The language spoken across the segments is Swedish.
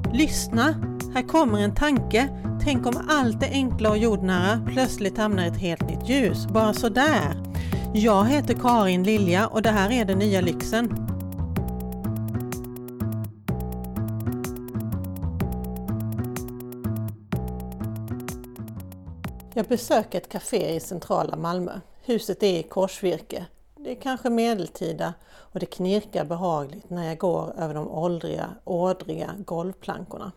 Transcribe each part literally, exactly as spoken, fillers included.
Lyssna, här kommer en tanke. Tänk om allt det enkla och jordnära plötsligt hamnar i ett helt nytt ljus. Bara så där. Jag heter Karin Lilja och det här är Den nya lyxen. Jag besöker ett café i centrala Malmö. Huset är i korsvirke. Det är kanske medeltida och det knirkar behagligt när jag går över de åldriga, ådriga golvplankorna.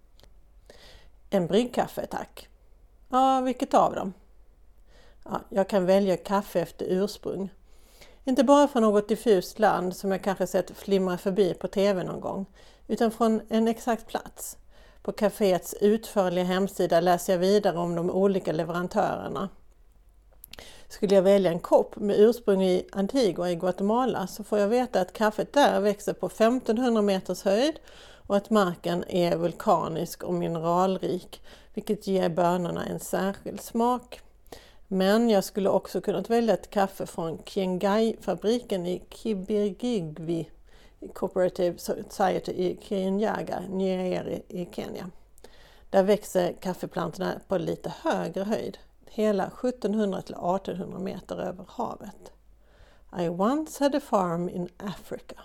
En bryggkaffe, tack. Ja, vilket av dem? Ja, jag kan välja kaffe efter ursprung. Inte bara från något diffust land som jag kanske sett flimra förbi på tv någon gång, utan från en exakt plats. På kaféets utförliga hemsida läser jag vidare om de olika leverantörerna. Skulle jag välja en kopp med ursprung i Antigua i Guatemala så får jag veta att kaffet där växer på femtonhundra meters höjd och att marken är vulkanisk och mineralrik, vilket ger bönorna en särskild smak. Men jag skulle också kunnat välja ett kaffe från Kiengai-fabriken i Kibirigwi Cooperative Society i Kirinyaga, Nyeri i Kenya. Där växer kaffeplantorna på lite högre höjd, hela sjuttonhundra till artonhundra meter över havet. I once had a farm in Africa.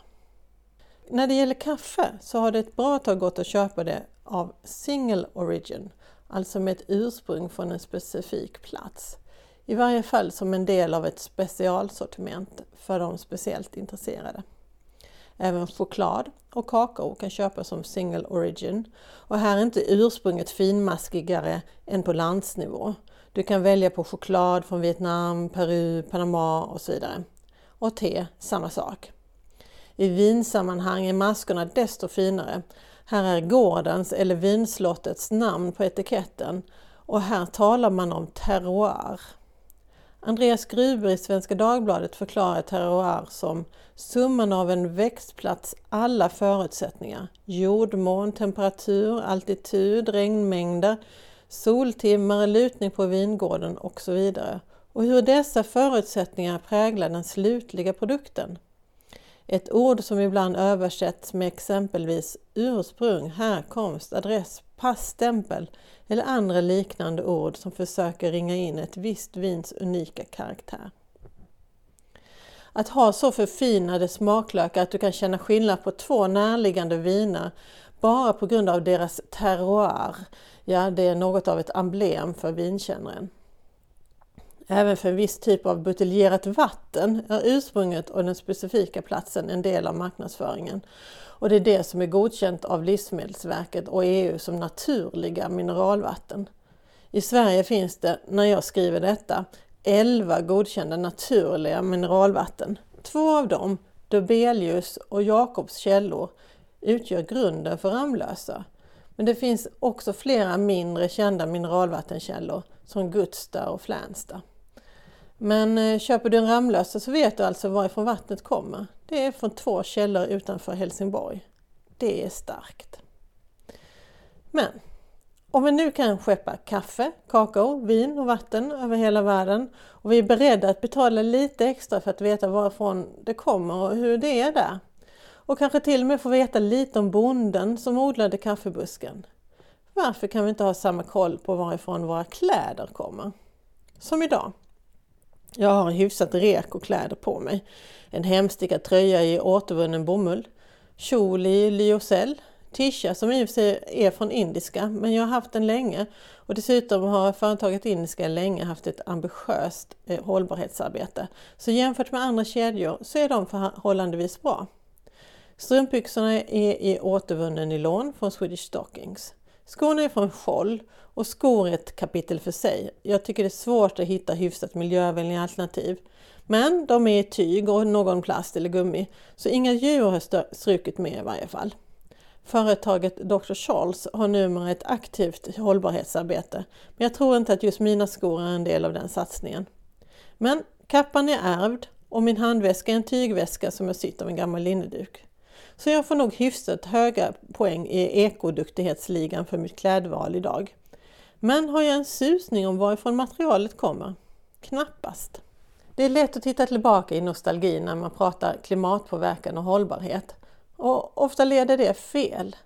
När det gäller kaffe så har det ett bra tag gått att köpa det av single origin, alltså med ett ursprung från en specifik plats. I varje fall som en del av ett specialsortiment för de speciellt intresserade. Även choklad och kakao kan köpas som single origin och här är inte ursprunget finmaskigare än på landsnivå. Du kan välja på choklad från Vietnam, Peru, Panama och så vidare. Och te, samma sak. I vinsammanhang är maskorna desto finare. Här är gårdens eller vinslottets namn på etiketten och här talar man om terroir. Andreas Gruber i Svenska Dagbladet förklarar terroir som summan av en växtplats alla förutsättningar. Jordmån, temperatur, altitud, regnmängder, soltimmar, lutning på vingården och så vidare. Och hur dessa förutsättningar präglar den slutliga produkten. Ett ord som ibland översätts med exempelvis ursprung, härkomst, adress, passstämpel eller andra liknande ord som försöker ringa in ett visst vins unika karaktär. Att ha så förfinade smaklökar att du kan känna skillnad på två närliggande viner bara på grund av deras terroir, ja det är något av ett emblem för vinkännaren. Även för en viss typ av buteljerat vatten är ursprunget och den specifika platsen en del av marknadsföringen. Och det är det som är godkänt av Livsmedelsverket och E U som naturliga mineralvatten. I Sverige finns det, när jag skriver detta, elva godkända naturliga mineralvatten. Två av dem, Dobelius och Jakobs källor, utgör grunden för Ramlösa. Men det finns också flera mindre kända mineralvattenkällor som Gutsta och Flänsta. Men köper du en Ramlösa så vet du alltså varifrån vattnet kommer. Det är från två källor utanför Helsingborg. Det är starkt. Men om vi nu kan skeppa kaffe, kakao, vin och vatten över hela världen och vi är beredda att betala lite extra för att veta varifrån det kommer och hur det är där. Och kanske till och med få veta lite om bonden som odlade kaffebusken. Varför kan vi inte ha samma koll på varifrån våra kläder kommer? Som idag. Jag har hyfsat reko-kläder på mig. En hemstickad tröja i återvunnen bomull. Kjol i lyocell. Tisha som i och för sig är från indiska men jag har haft den länge. Och dessutom har företaget indiska länge haft ett ambitiöst eh, hållbarhetsarbete. Så jämfört med andra kedjor så är de förhållandevis bra. Strumpbyxorna är i återvunnen nylon från Swedish Stockings. Skorna är från Scholl och skor är ett kapitel för sig. Jag tycker det är svårt att hitta hyfsat miljövänliga alternativ. Men de är i tyg och någon plast eller gummi så inga djur har strukit med i varje fall. Företaget doktor Scholl's har numera ett aktivt hållbarhetsarbete men jag tror inte att just mina skor är en del av den satsningen. Men kappan är ärvd och min handväska är en tygväska som jag sytt av en gammal linneduk. Så jag får nog hyfsat höga poäng i ekoduktighetsligan för mitt klädval idag. Men har jag en susning om varifrån materialet kommer? Knappast. Det är lätt att titta tillbaka i nostalgi när man pratar klimatpåverkan och hållbarhet. Och ofta leder det fel.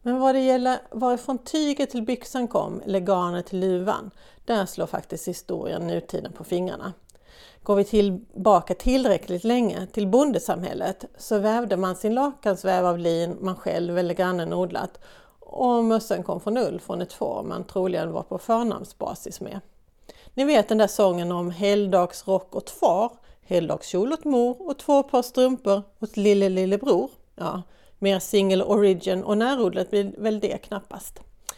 Men vad det gäller varifrån tyget till byxan kom eller garnet till luvan, där slår faktiskt historien nutiden på fingrarna. Går vi tillbaka tillräckligt länge till bondesamhället så vävde man sin lakansväv av lin man själv eller grannen odlat, och mössan kom från ull från ett får man troligen var på förnamnsbasis med. Ni vet den där sången om heldagsrock åt far, heldagskjol åt mor och två par strumpor åt lille lille bror. Ja, mer single origin och närodlat blir väl det knappast.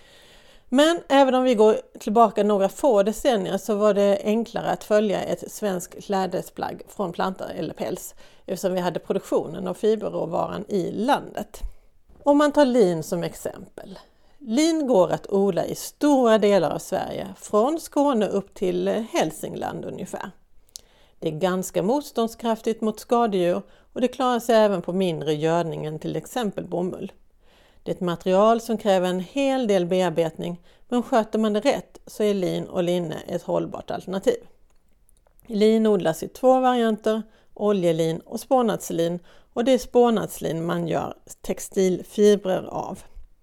Men även om vi går tillbaka några få decennier så var det enklare att följa ett svenskt klädesplagg från planta eller päls eftersom vi hade produktionen av fiberråvaran i landet. Om man tar lin som exempel. Lin går att odla i stora delar av Sverige, från Skåne upp till Hälsingland ungefär. Det är ganska motståndskraftigt mot skadedjur och det klarar sig även på mindre gödning än till exempel bomull. Det är ett material som kräver en hel del bearbetning, men sköter man det rätt så är lin och linne ett hållbart alternativ. Lin odlas i två varianter, oljelin och spånadslin, och det är spånadslin man gör textilfibrer av.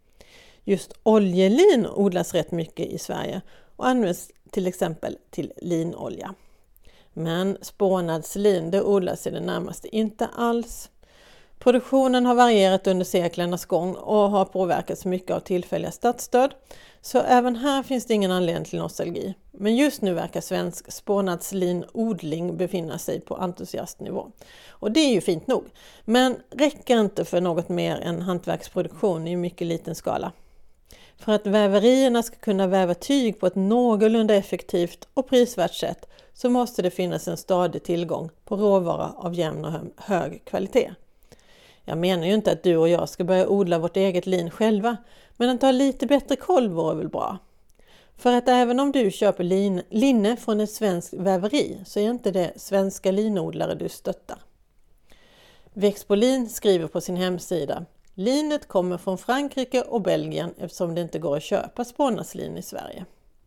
Just oljelin odlas rätt mycket i Sverige och används till exempel till linolja. Men spånadslin det odlas i det närmaste inte alls. Produktionen har varierat under seklernas gång och har påverkats mycket av tillfälliga statsstöd, så även här finns det ingen anledning till nostalgi. Men just nu verkar svensk spånadslinodling befinna sig på entusiastnivå. Och det är ju fint nog, men räcker inte för något mer än hantverksproduktion i mycket liten skala. För att väverierna ska kunna väva tyg på ett någorlunda effektivt och prisvärt sätt så måste det finnas en stadig tillgång på råvara av jämn och hög kvalitet. Jag menar ju inte att du och jag ska börja odla vårt eget lin själva, men att ha lite bättre koll vore väl bra. För att även om du köper lin, linne från ett svenskt väveri så är inte det svenska linodlare du stöttar. Växtbolin skriver på sin hemsida: linet kommer från Frankrike och Belgien eftersom det inte går att köpa spånadslin i Sverige.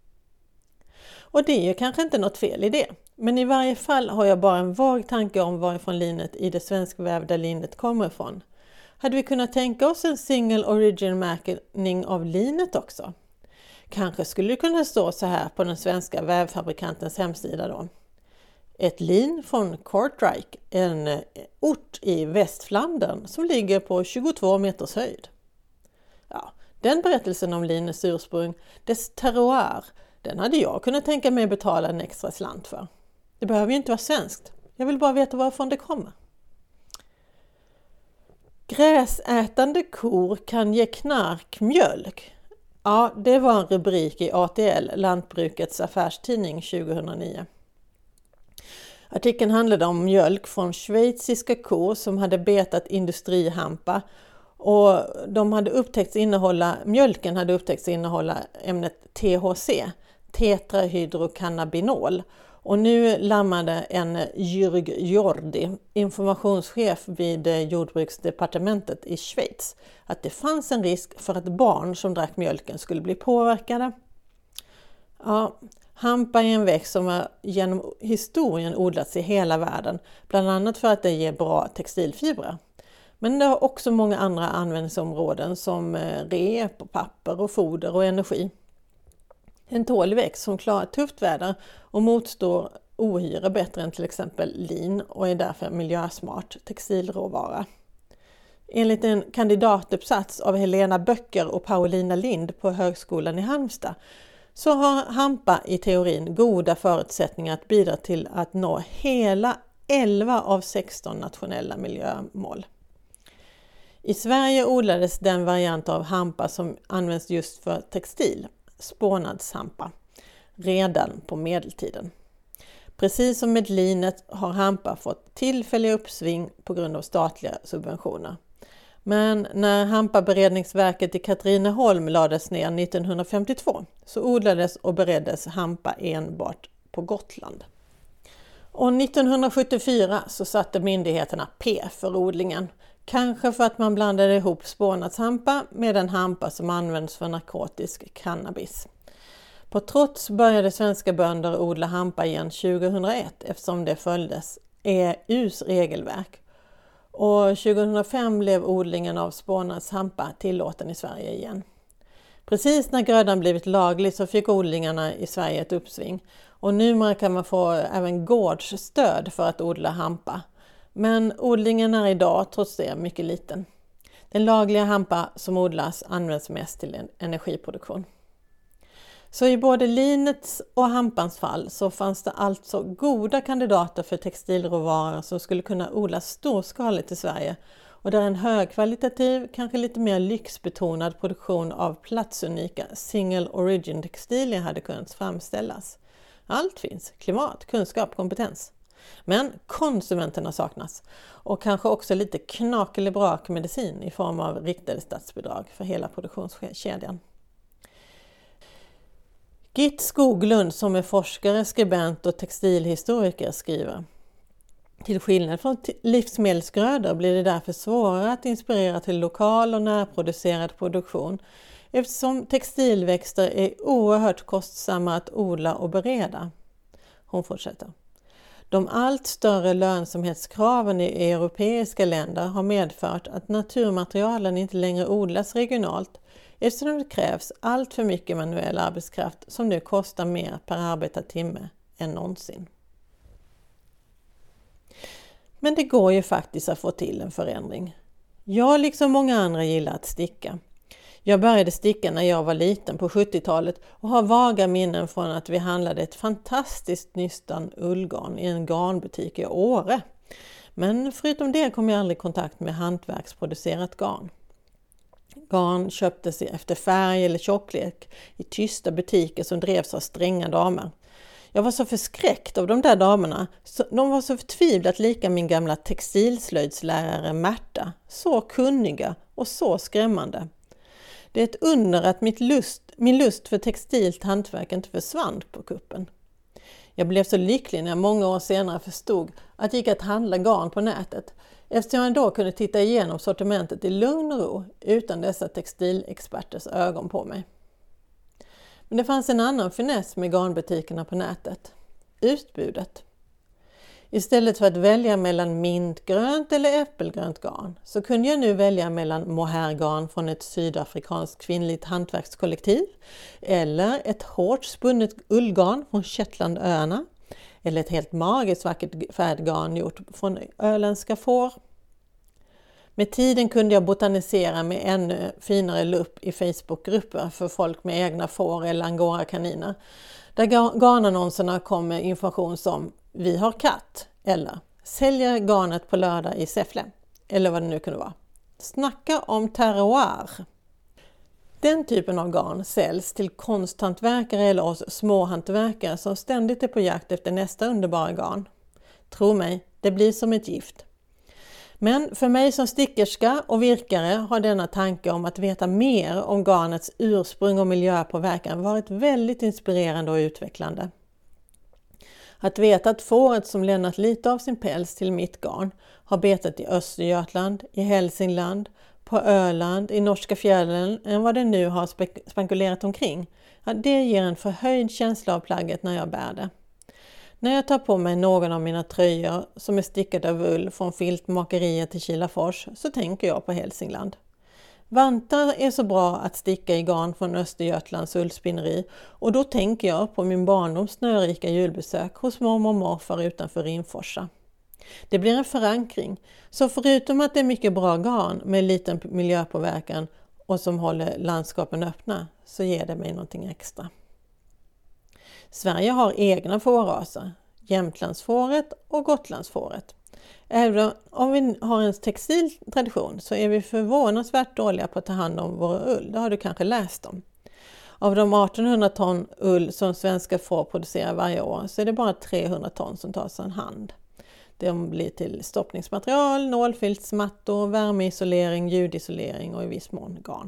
Och det är ju kanske inte något fel i det, men i varje fall har jag bara en vag tanke om varifrån linet i det svenskvävda linet kommer ifrån. Hade vi kunnat tänka oss en single origin märkning av linet också? Kanske skulle det kunna stå så här på den svenska vävfabrikantens hemsida då. Ett lin från Kortrijk, en ort i Västflandern som ligger på tjugotvå meters höjd. Ja, den berättelsen om linets ursprung, dess terroir, den hade jag kunnat tänka mig betala en extra slant för. Det behöver ju inte vara svenskt. Jag vill bara veta varifrån det kommer. Gräsätande kor kan ge knarkmjölk. Ja, det var en rubrik i A T L, Lantbrukets affärstidning tjugohundranio. Artikeln handlade om mjölk från schweiziska kor som hade betat industrihampa, och de hade upptäckts innehålla, mjölken hade upptäckts innehålla ämnet T H C, tetrahydrocannabinol. Och nu lammade en Jürg Jordi, informationschef vid jordbruksdepartementet i Schweiz, att det fanns en risk för att barn som drack mjölken skulle bli påverkade. Ja, hampa är en växt som har genom historien odlats i hela världen, bland annat för att det ger bra textilfibrer. Men det har också många andra användningsområden som rep, papper och foder och energi. En tålig växt som klarar tufft väder och motstår ohyra bättre än till exempel lin och är därför miljösmart textilråvara. Enligt en kandidatuppsats av Helena Böcker och Paulina Lind på Högskolan i Halmstad så har hampa i teorin goda förutsättningar att bidra till att nå hela elva av sexton nationella miljömål. I Sverige odlades den variant av hampa som används just för textil, spånadshampa, redan på medeltiden. Precis som med linet har hampa fått tillfälliga uppsving på grund av statliga subventioner. Men när Hampaberedningsverket i Katrineholm lades ner nittonhundrafemtiotvå så odlades och bereddes hampa enbart på Gotland. Och nittonhundrasjuttiofyra så satte myndigheterna P för odlingen. Kanske för att man blandade ihop spånadshampa med en hampa som används för narkotisk cannabis. På trots började svenska bönder odla hampa igen tjugohundraett eftersom det följdes E U:s regelverk. Och tjugohundrafem blev odlingen av spånadshampa tillåten i Sverige igen. Precis när grödan blivit laglig så fick odlingarna i Sverige ett uppsving. Och numera kan man få även gårdsstöd för att odla hampa. Men odlingen är idag trots det mycket liten. Den lagliga hampa som odlas används mest till energiproduktion. Så i både linets och hampans fall så fanns det alltså goda kandidater för textilråvaror som skulle kunna odlas storskaligt i Sverige och där en högkvalitativ, kanske lite mer lyxbetonad produktion av platsunika single origin textilier hade kunnat framställas. Allt finns, klimat, kunskap, kompetens. Men konsumenterna saknas och kanske också lite knakelibrak medicin i form av riktade statsbidrag för hela produktionskedjan. Git Skoglund som är forskare, skribent och textilhistoriker skriver: till skillnad från livsmedelsgrödor blir det därför svårare att inspirera till lokal och närproducerad produktion eftersom textilväxter är oerhört kostsamma att odla och bereda. Hon fortsätter. De allt större lönsamhetskraven i europeiska länder har medfört att naturmaterialen inte längre odlas regionalt eftersom det krävs allt för mycket manuell arbetskraft som nu kostar mer per arbetad timme än någonsin. Men det går ju faktiskt att få till en förändring. Jag liksom många andra gillar att sticka. Jag började sticka när jag var liten på sjuttiotalet och har vaga minnen från att vi handlade ett fantastiskt nystan ullgarn i en garnbutik i Åre. Men förutom det kom jag aldrig i kontakt med hantverksproducerat garn. Garn köptes efter färg eller tjocklek i tysta butiker som drevs av stränga damer. Jag var så förskräckt av de där damerna. De var så förtvivlat lika min gamla textilslöjdslärare Märta. Så kunniga och så skrämmande. Det är ett under att mitt lust, min lust för textilt hantverk inte försvann på kuppen. Jag blev så lycklig när jag många år senare förstod att det gick att handla garn på nätet. Eftersom jag då kunde titta igenom sortimentet i lugn och ro utan dessa textilexperters ögon på mig. Men det fanns en annan finess med garnbutikerna på nätet. Utbudet. Istället för att välja mellan mintgrönt eller äppelgrönt garn så kunde jag nu välja mellan mohairgarn från ett sydafrikanskt kvinnligt hantverkskollektiv eller ett hårt spunnet ullgarn från Shetlandöarna eller ett helt magiskt vackert färggarn gjort från öländska får. Med tiden kunde jag botanisera med ännu finare lupp i Facebookgrupper för folk med egna får eller angora-kaniner. Där garnannonserna kom med information som vi har katt eller säljer garnet på lördag i Säffle eller vad det nu kunde vara. Snacka om terroir. Den typen av garn säljs till konsthantverkare eller oss småhantverkare som ständigt är på jakt efter nästa underbara garn. Tro mig, det blir som ett gift. Men för mig som stickerska och virkare har denna tanke om att veta mer om garnets ursprung och miljöpåverkan varit väldigt inspirerande och utvecklande. Att veta att fåret som lämnat lite av sin päls till mitt garn har betat i Östergötland, i Hälsingland, på Öland, i norska fjällen än vad det nu har spek- spankulerat omkring. Ja, det ger en förhöjd känsla av plagget när jag bär det. När jag tar på mig någon av mina tröjor som är stickade av ull från filtmakeriet till Kilafors så tänker jag på Hälsingland. Vantar är så bra att sticka i garn från Östergötlands ullspinneri och då tänker jag på min barndoms snörika julbesök hos mormor och morfar utanför Rimforsa. Det blir en förankring, så förutom att det är mycket bra garn med liten miljöpåverkan och som håller landskapen öppna så ger det mig någonting extra. Sverige har egna fårraser, Jämtlandsfåret och Gotlandsfåret. Även om vi har en textiltradition så är vi förvånansvärt dåliga på att ta hand om våra ull. Det har du kanske läst om. Av de artonhundra ton ull som svenska får producerar varje år så är det bara trehundra ton som tas en hand. De blir till stoppningsmaterial, nålfiltsmattor, värmeisolering, ljudisolering och i viss mån garn.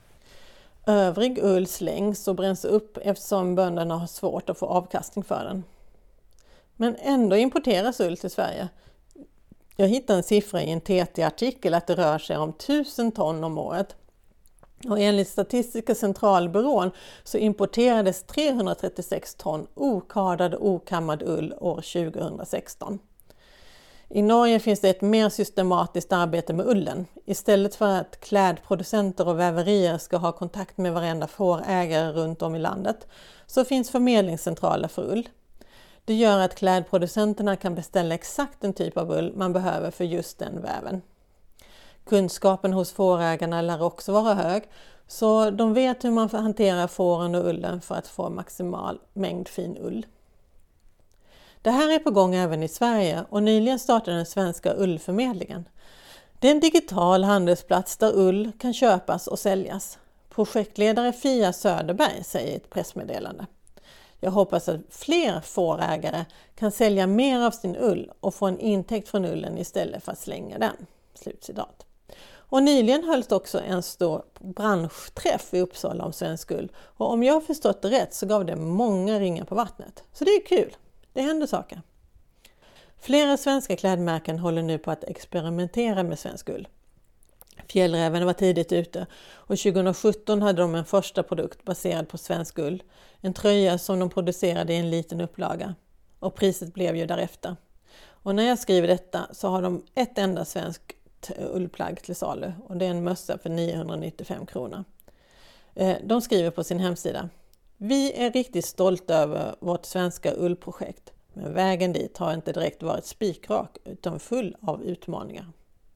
Övrig ull slängs och bränns upp eftersom bönderna har svårt att få avkastning för den. Men ändå importeras ull till Sverige. Jag hittade en siffra i en T T-artikel att det rör sig om tusen ton om året. Och enligt Statistiska centralbyrån så importerades trehundratrettiosex ton okardad och okammad ull år tjugohundrasexton. I Norge finns det ett mer systematiskt arbete med ullen. Istället för att klädproducenter och väverier ska ha kontakt med varenda fårägare runt om i landet så finns förmedlingscentraler för ull. Det gör att klädproducenterna kan beställa exakt den typ av ull man behöver för just den väven. Kunskapen hos fårägarna lär också vara hög, så de vet hur man får hantera fåren och ullen för att få maximal mängd fin ull. Det här är på gång även i Sverige och nyligen startade den svenska ullförmedlingen. Det är en digital handelsplats där ull kan köpas och säljas. Projektledare Fia Söderberg säger i ett pressmeddelande: "Jag hoppas att fler fårägare kan sälja mer av sin ull och få en intäkt från ullen istället för att slänga den." Slutcitat. Och nyligen hölls också en stor branschträff i Uppsala om svensk ull. Och om jag har förstått det rätt så gav det många ringar på vattnet. Så det är kul. Det händer saker. Flera svenska klädmärken håller nu på att experimentera med svensk ull. Fjällräven var tidigt ute och tjugohundrasjutton hade de en första produkt baserad på svensk ull. En tröja som de producerade i en liten upplaga. Och priset blev ju därefter. Och när jag skriver detta så har de ett enda svenskt ullplagg till salu och det är en mössa för niohundranittiofem kronor. De skriver på sin hemsida: "Vi är riktigt stolta över vårt svenska ullprojekt, men vägen dit har inte direkt varit spikrak utan full av utmaningar."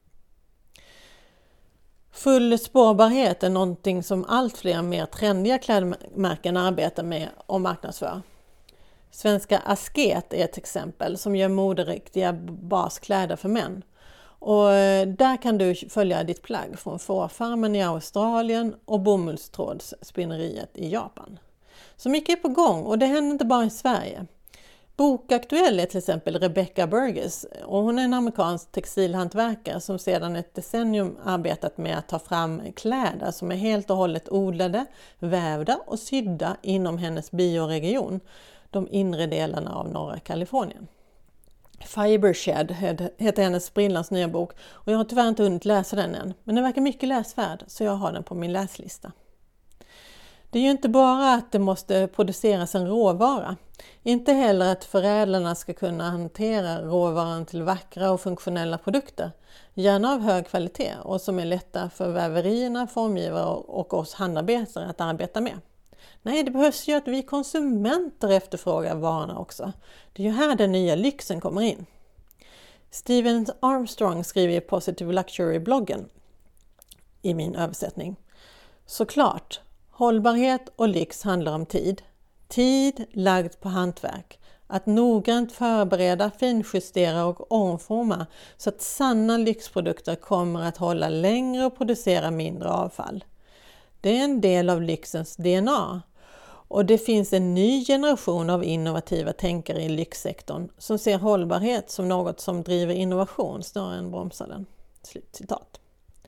Full spårbarhet är någonting som allt fler mer trendiga klädmärken arbetar med och marknadsför. Svenska Asket är ett exempel som gör moderiktiga baskläder för män. Och där kan du följa ditt plagg från fårfarmen i Australien och bomullstrådsspinneriet i Japan. Så mycket är på gång och det händer inte bara i Sverige. Bokaktuell är till exempel Rebecca Burgess och hon är en amerikansk textilhantverkare som sedan ett decennium arbetat med att ta fram kläder som är helt och hållet odlade, vävda och sydda inom hennes bioregion, de inre delarna av norra Kalifornien. Fibershed heter hennes sprillans nya bok och jag har tyvärr inte hunnit läsa den än, men den verkar mycket läsvärd så jag har den på min läslista. Det är ju inte bara att det måste produceras en råvara, inte heller att förädlarna ska kunna hantera råvaran till vackra och funktionella produkter, gärna av hög kvalitet och som är lätta för väverierna, formgivare och oss handarbetare att arbeta med. Nej, det behövs ju att vi konsumenter efterfrågar varorna också. Det är ju här den nya lyxen kommer in. Steven Armstrong skriver i Positive Luxury-bloggen i min översättning: "Såklart, hållbarhet och lyx handlar om tid. Tid lagd på hantverk. Att noggrant förbereda, finjustera och omforma så att sanna lyxprodukter kommer att hålla längre och producera mindre avfall. Det är en del av lyxens D N A. Och det finns en ny generation av innovativa tänkare i lyxsektorn som ser hållbarhet som något som driver innovation snarare än bromsar den." Slutcitat.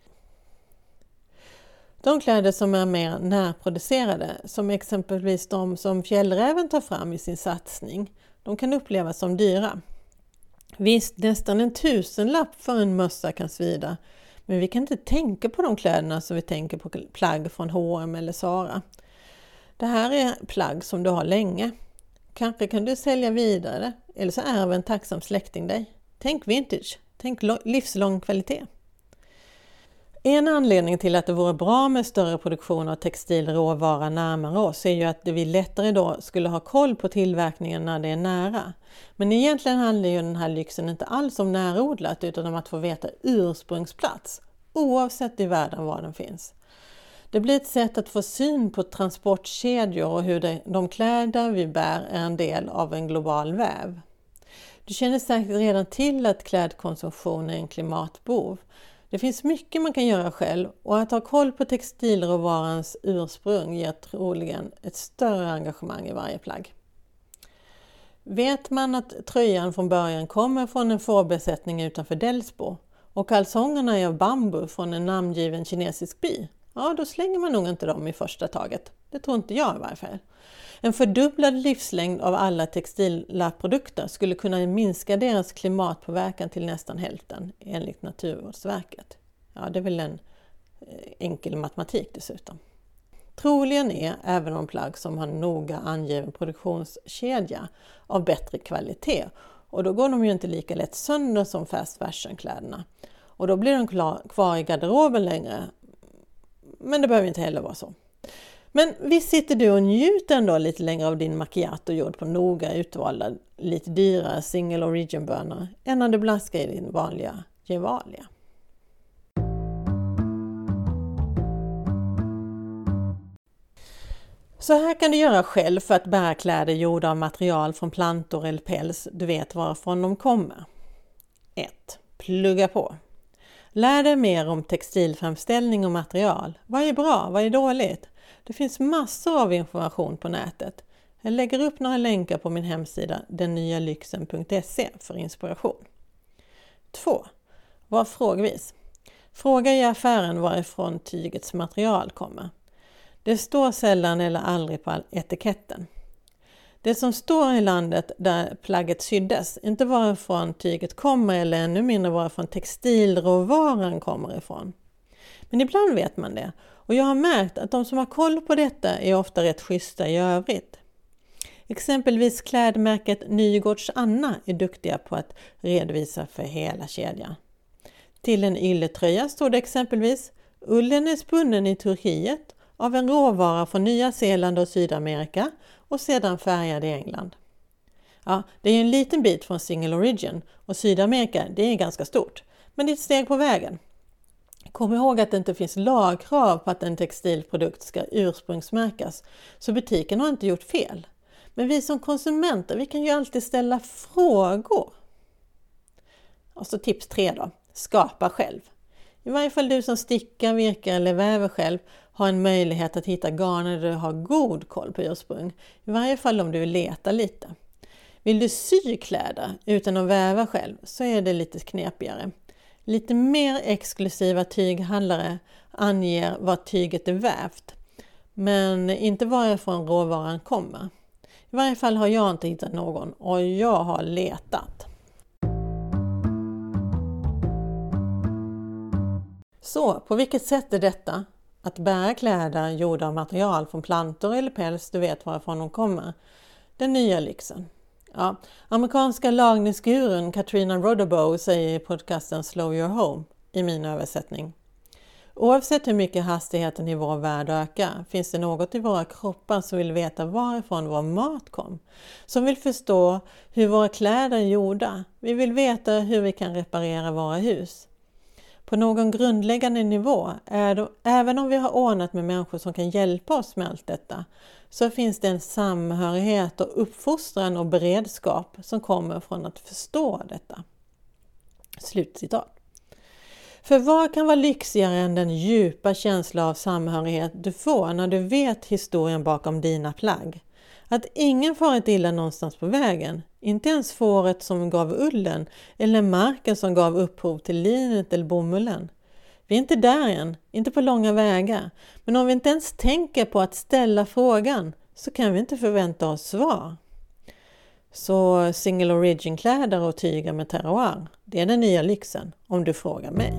De kläder som är mer närproducerade, som exempelvis de som Fjällräven tar fram i sin satsning, de kan upplevas som dyra. Visst, nästan en tusenlapp för en mössa kan svida, men vi kan inte tänka på de kläderna som vi tänker på plagg från H och M eller Zara. Det här är plagg som du har länge. Kanske kan du sälja vidare eller så ärver en tacksam släkting dig. Tänk vintage, tänk livslång kvalitet. En anledning till att det vore bra med större produktion av textilråvara närmare oss är ju att vi lättare då skulle ha koll på tillverkningen när det är nära. Men egentligen handlar ju den här lyxen inte alls om närodlat utan om att få veta ursprungsplats, oavsett i världen var den finns. Det blir ett sätt att få syn på transportkedjor och hur det, de kläder vi bär är en del av en global väv. Du känner säkert redan till att klädkonsumtion är en klimatbov. Det finns mycket man kan göra själv och att ha koll på textilråvarans ursprung ger troligen ett större engagemang i varje plagg. Vet man att tröjan från början kommer från en fårbesättning utanför Delsbo och kalsongerna är av bambu från en namngiven kinesisk by, ja då slänger man nog inte dem i första taget. Det tror inte jag i varje fall. En fördubblad livslängd av alla textila produkter skulle kunna minska deras klimatpåverkan till nästan hälften enligt Naturvårdsverket. Ja, det är väl en enkel matematik dessutom. Troligen är även de plagg som har noga angiven produktionskedja av bättre kvalitet Och då går de ju inte lika lätt sönder som fast fashion-kläderna. Och då blir de kvar i garderoben längre. Men det behöver inte heller vara så. Men visst sitter du och njuter ändå lite längre av din macchiato gjord på noga utvalda, lite dyrare single origin bönor än när du blaskar i din vanliga Gevalia. Så här kan du göra själv för att bära kläder gjorda av material från plantor eller päls du vet varifrån de kommer. ett. Plugga på. Lär dig mer om textilframställning och material. Vad är bra? Vad är dåligt? Det finns massor av information på nätet. Jag lägger upp några länkar på min hemsida den nya lyxen punkt se för inspiration. två. Var frågvis. Fråga i affären varifrån tygets material kommer. Det står sällan eller aldrig på etiketten. Det som står i landet där plagget syddes, inte varifrån tyget kommer eller ännu mindre varifrån textilråvaran kommer ifrån. Men ibland vet man det, och jag har märkt att de som har koll på detta är ofta rätt schyssta i övrigt. Exempelvis klädmärket Nygårds Anna är duktiga på att redovisa för hela kedjan. Till en ylletröja står det exempelvis: ullen är spunnen i Turkiet av en råvara från Nya Zeeland och Sydamerika och sedan färgad i England. Ja, det är en liten bit från single origin och Sydamerika, det är ganska stort, men det är ett steg på vägen. Kom ihåg att det inte finns lagkrav på att en textilprodukt ska ursprungsmärkas, så butiken har inte gjort fel. Men vi som konsumenter, vi kan ju alltid ställa frågor. Och så tips tre då, skapa själv. I varje fall du som stickar, virkar eller väver själv har en möjlighet att hitta garner där du har god koll på ursprung. I varje fall om du vill leta lite. Vill du sy kläder utan att väva själv så är det lite knepigare. Lite mer exklusiva tyghandlare anger vad tyget är vävt, men inte varifrån råvaran kommer. I varje fall har jag inte hittat någon och jag har letat. Så på vilket sätt är detta, att bära kläder gjorda av material från plantor eller päls du vet varifrån de kommer, den nya lyxen? Ja, amerikanska lagningsgurun Katrina Rodderbow säger i podcasten Slow Your Home i min översättning: oavsett hur mycket hastigheten i vår värld ökar finns det något i våra kroppar som vill veta varifrån vår mat kom. Som vill förstå hur våra kläder är gjorda. Vi vill veta hur vi kan reparera våra hus. På någon grundläggande nivå, är det, även om vi har ordnat med människor som kan hjälpa oss med allt detta, så finns det en samhörighet och uppfostran och beredskap som kommer från att förstå detta. Slutcitat. För vad kan vara lyxigare än den djupa känsla av samhörighet du får när du vet historien bakom dina plagg? Att ingen farit illa någonstans på vägen, inte ens fåret som gav ullen eller marken som gav upphov till linet eller bomullen. Vi är inte där än, inte på långa vägar, men om vi inte ens tänker på att ställa frågan så kan vi inte förvänta oss svar. Så single origin kläder och tyger med terroir, det är den nya lyxen om du frågar mig.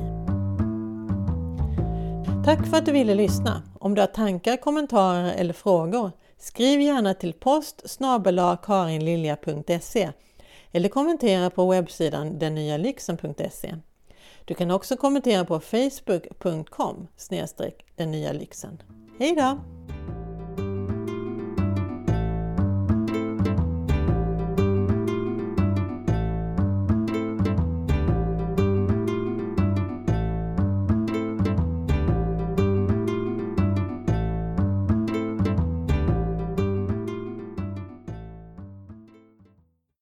Tack för att du ville lyssna. Om du har tankar, kommentarer eller frågor, skriv gärna till post snabel-a karinlilja punkt se eller kommentera på webbsidan den nya lyxen punkt se. Du kan också kommentera på facebook punkt com snedstreck den nya lyxen. Hej då!